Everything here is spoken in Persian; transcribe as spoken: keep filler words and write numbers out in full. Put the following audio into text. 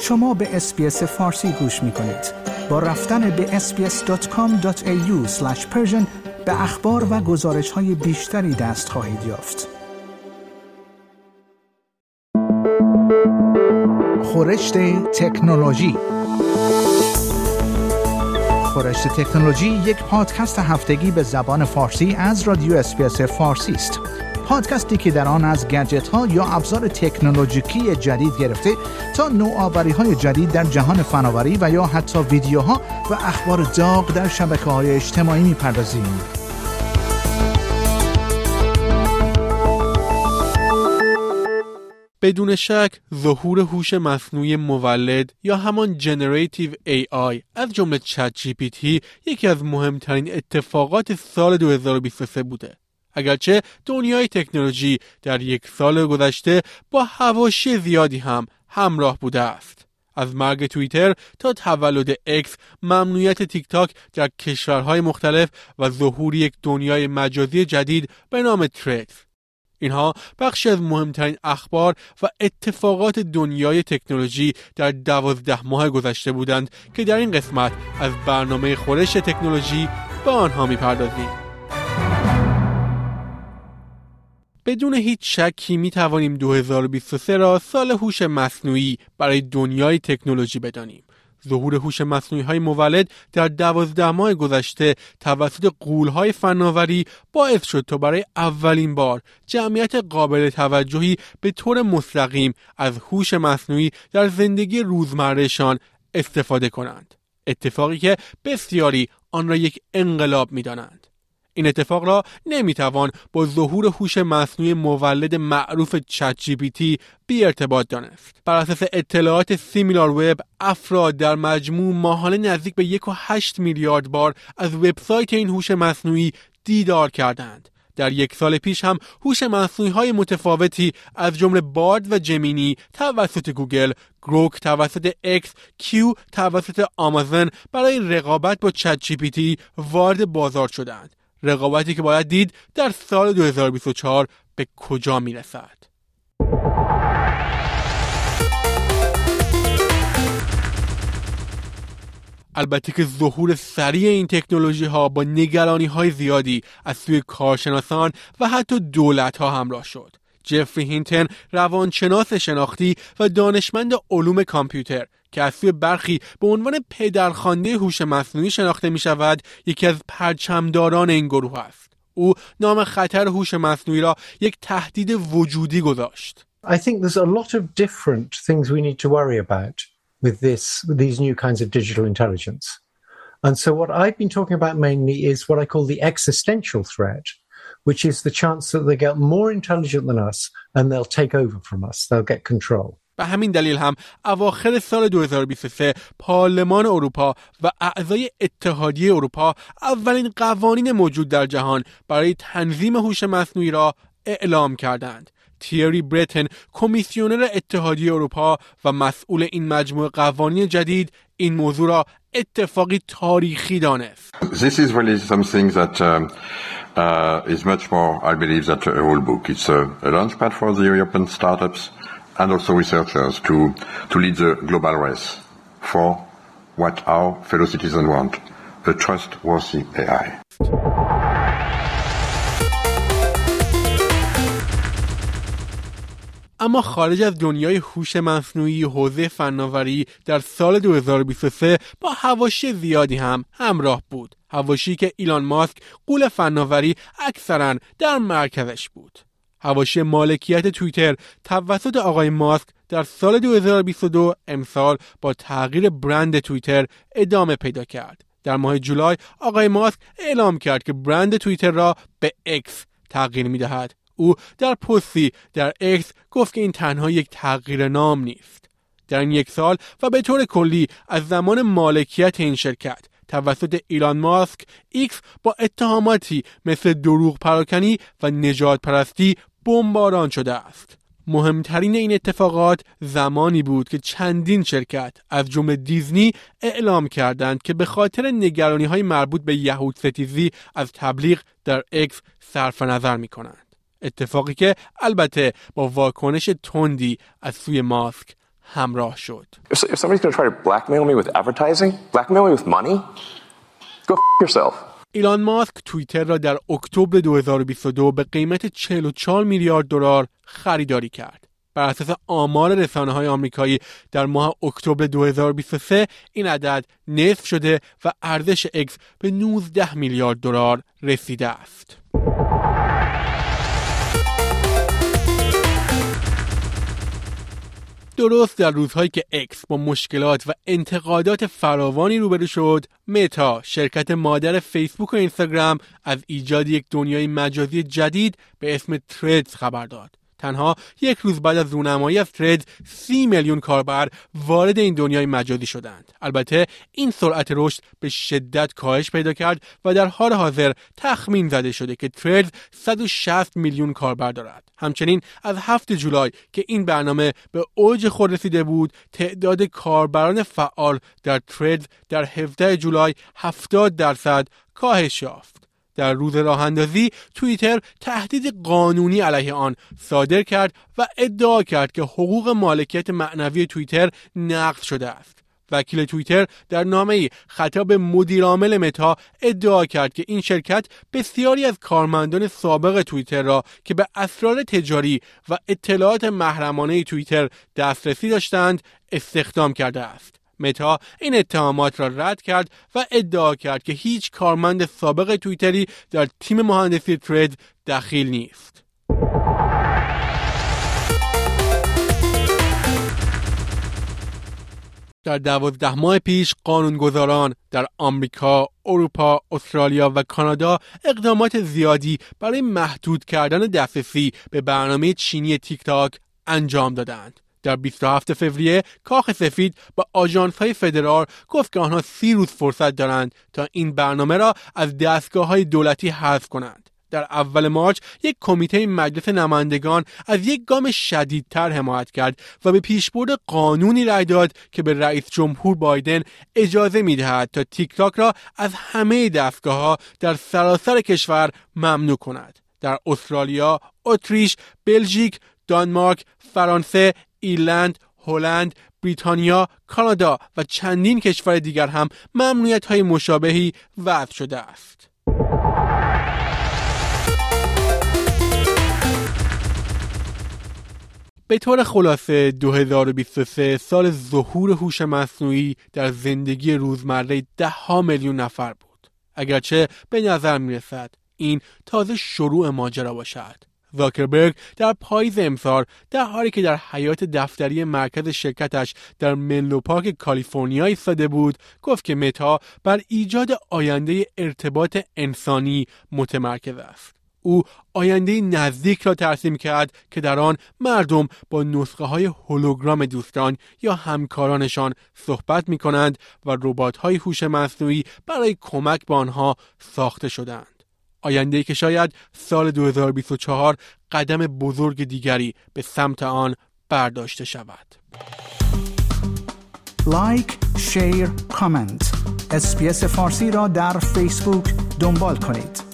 شما به اس بی اس فارسی گوش می کنید. با رفتن به اس بی اس دات کام دات ای یو اسلش پرشن به اخبار و گزارش‌های بیشتری دست خواهید یافت. خورشت تکنولوژی. خورشت تکنولوژی یک پادکست هفتگی به زبان فارسی از رادیو اس بی اس فارسی است. پادکستی که در آن از گجت‌ها یا ابزار تکنولوژیکی جدید گرفته تا نوآوری‌های جدید در جهان فناوری و یا حتی ویدیوها و اخبار داغ در شبکه‌های اجتماعی می‌پردازیم. بدون شک ظهور هوش مصنوعی مولد یا همان جنراتیو ای آی از جمله چت جی پی تی یکی از مهمترین اتفاقات سال دو هزار و بیست و سه بوده. اگرچه دنیای تکنولوژی در یک سال گذشته با حواشی زیادی هم همراه بوده است. از مرگ توییتر تا تولد اکس، ممنوعیت تیک تاک در کشورهای مختلف و ظهور یک دنیای مجازی جدید به نام تردز. اینها بخشی از مهمترین اخبار و اتفاقات دنیای تکنولوژی در دوازده ماه گذشته بودند که در این قسمت از برنامه خورشت تکنولوژی به آنها می‌پردازیم. بدون هیچ شکی می توانیم دو هزار و بیست و سه را سال هوش مصنوعی برای دنیای تکنولوژی بدانیم. ظهور هوش مصنوعی های مولد در دوازده ماه گذشته توسط غول‌های فناوری باعث شد تا برای اولین بار جمعیت قابل توجهی به طور مستقیم از هوش مصنوعی در زندگی روزمرهشان استفاده کنند. اتفاقی که بسیاری آن را یک انقلاب می دانند. این اتفاق را نمیتوان با ظهور هوش مصنوعی مولد معروف چت جی پی تی بی ارتباط دانست. بر اساس اطلاعات سیمیلار وب، افراد در مجموع ماهانه نزدیک به یک و هشت میلیارد بار از وبسایت این هوش مصنوعی دیدار کردند. در یک سال پیش هم هوش مصنوعی های متفاوتی از جمله بارد و جمینی توسط گوگل، گروک توسط اکس، کیو توسط آمازون برای رقابت با چت جی پی تی وارد بازار شدند. رقابتی که باید دید در سال دو هزار و بیست و چهار به کجا میرسد. البته که ظهور سریع این تکنولوژی ها با نگرانی های زیادی از سوی کارشناسان و حتی دولت ها همراه شد. جفری هینتن، روانشناس شناختی و دانشمند علوم کامپیوتر که از سوی برخی به عنوان پدرخوانده هوش مصنوعی شناخته می شود، یکی از پرچمداران این گروه است. او نام خطر هوش مصنوعی را یک تهدید وجودی گذاشت. I think there's a lot of different things we need to worry about with this, with these new kinds of digital intelligence. And so what I've been talking about mainly is what I call the existential threat, which is the chance that they get more intelligent than us and they'll take over from us. They'll get control. به همین دلیل هم اواخر سال دو هزار و بیست و سه پارلمان اروپا و اعضای اتحادیه اروپا اولین قوانین موجود در جهان برای تنظیم هوش مصنوعی را اعلام کردند. تیری برتن، کمیسیونر اتحادیه اروپا و مسئول این مجموعه قوانین جدید، این موضوع را اتفاقی تاریخی دانست. This is really something that um, uh, is much more, I believe, that a whole book. It's a, a launchpad for the European startups and also researchers to to lead the global race for what our fellow citizens want, a trustworthy ای آی. اما خارج از دنیای هوش مصنوعی، حوزه فناوری در سال دو هزار و بیست و سه با حواشی زیادی هم همراه بود. حواشی که ایلان ماسک، غول فناوری، اکثراً در مرکزش بود. حواشی مالکیت توییتر توسط آقای ماسک در سال دو هزار و بیست و دو امسال با تغییر برند توییتر ادامه پیدا کرد. در ماه جولای آقای ماسک اعلام کرد که برند توییتر را به اکس تغییر می‌دهد. او در پستی در اکس گفت که این تنها یک تغییر نام نیست. در این یک سال و به طور کلی از زمان مالکیت این شرکت توسط ایلان ماسک، ایکس با اتهاماتی مثل دروغ پراکنی و نژاد پرستی بمباران شده است. مهمترین این اتفاقات زمانی بود که چندین شرکت از جمله دیزنی اعلام کردند که به خاطر نگرانی‌های مربوط به یهودستیزی از تبلیغ در اکس صرف نظر می‌کنند. اتفاقی که البته با واکنش تندی از سوی ماسک همراه شد. If, if somebody's going to try to blackmail me with advertising, blackmail me with money, go f- yourself. ایلان ماسک توییتر را در اکتبر دو هزار و بیست و دو به قیمت چهل و چهار میلیارد دلار خریداری کرد. بر اساس آمار رسانه‌های آمریکایی در ماه اکتبر دو هزار و بیست و سه این عدد نصف شده و ارزش اکس به نوزده میلیارد دلار رسیده است. درست در روزهایی که اکس با مشکلات و انتقادات فراوانی روبرو شد، متا، شرکت مادر فیسبوک و اینستاگرام، از ایجاد یک دنیای مجازی جدید به اسم تردز خبر داد. تنها یک روز بعد از رونمایی از تردز سی میلیون کاربر وارد این دنیای مجازی شدند. البته این سرعت رشد به شدت کاهش پیدا کرد و در حال حاضر تخمین زده شده که تردز صد و شصت میلیون کاربر دارد. همچنین از هفتم جولای که این برنامه به اوج خود رسیده بود، تعداد کاربران فعال در تردز در هفدهم جولای هفتاد درصد کاهش یافت. در روز راه اندازی توییتر تهدید قانونی علیه آن صادر کرد و ادعا کرد که حقوق مالکیت معنوی توییتر نقض شده است. وکیل توییتر در نامه‌ای خطاب به مدیرعامل متا ادعا کرد که این شرکت بسیاری از کارمندان سابق توییتر را که به اسرار تجاری و اطلاعات محرمانه توییتر دسترسی داشتند استخدام کرده است. متا این اتهامات را رد کرد و ادعا کرد که هیچ کارمند سابق توییتری در تیم مهندسی تردز دخیل نیست. در دوازده ماه پیش قانونگذاران در آمریکا، اروپا، استرالیا و کانادا اقدامات زیادی برای محدود کردن دسترسی به برنامه چینی تیک تاک انجام دادند. در بیست و هفتم فوریه کاخ سفید با آژانس‌های فدرال گفت که آنها سی روز فرصت دارند تا این برنامه را از دستگاه‌های دولتی حذف کنند. در اول مارچ یک کمیته مجلس نمایندگان از یک گام شدیدتر حمایت کرد و به پیشبرد قانونی رأی داد که به رئیس جمهور بایدن اجازه می‌دهد تا تیک تاک را از همه دستگاه‌ها در سراسر کشور ممنوع کند. در استرالیا، اتریش، بلژیک، دانمارک، فرانسه، ایرلند، هلند، بریتانیا، کانادا و چندین کشور دیگر هم ممنوعیت‌های مشابهی وضع شده است. به طور خلاصه دو هزار و بیست و سه سال ظهور هوش مصنوعی در زندگی روزمره ده ها میلیون نفر بود. اگرچه به نظر می‌رسد این تازه شروع ماجرا باشد. زاکربرگ در پاییز امسال در حالی که در حیاط دفتری مرکز شرکتش در منلو پارک کالیفرنیا ایستاده بود، گفت که متا بر ایجاد آینده ارتباط انسانی متمرکز است. او آینده نزدیک را ترسیم کرد که در آن مردم با نسخه های هولوگرام دوستان یا همکارانشان صحبت می کنند و ربات های هوش مصنوعی برای کمک به آنها ساخته شدند. آینده‌ای که شاید سال دو هزار و بیست و چهار قدم بزرگ دیگری به سمت آن برداشته شود. لایک، شیر، کامنت. اس بی اس فارسی را در فیسبوک دنبال کنید.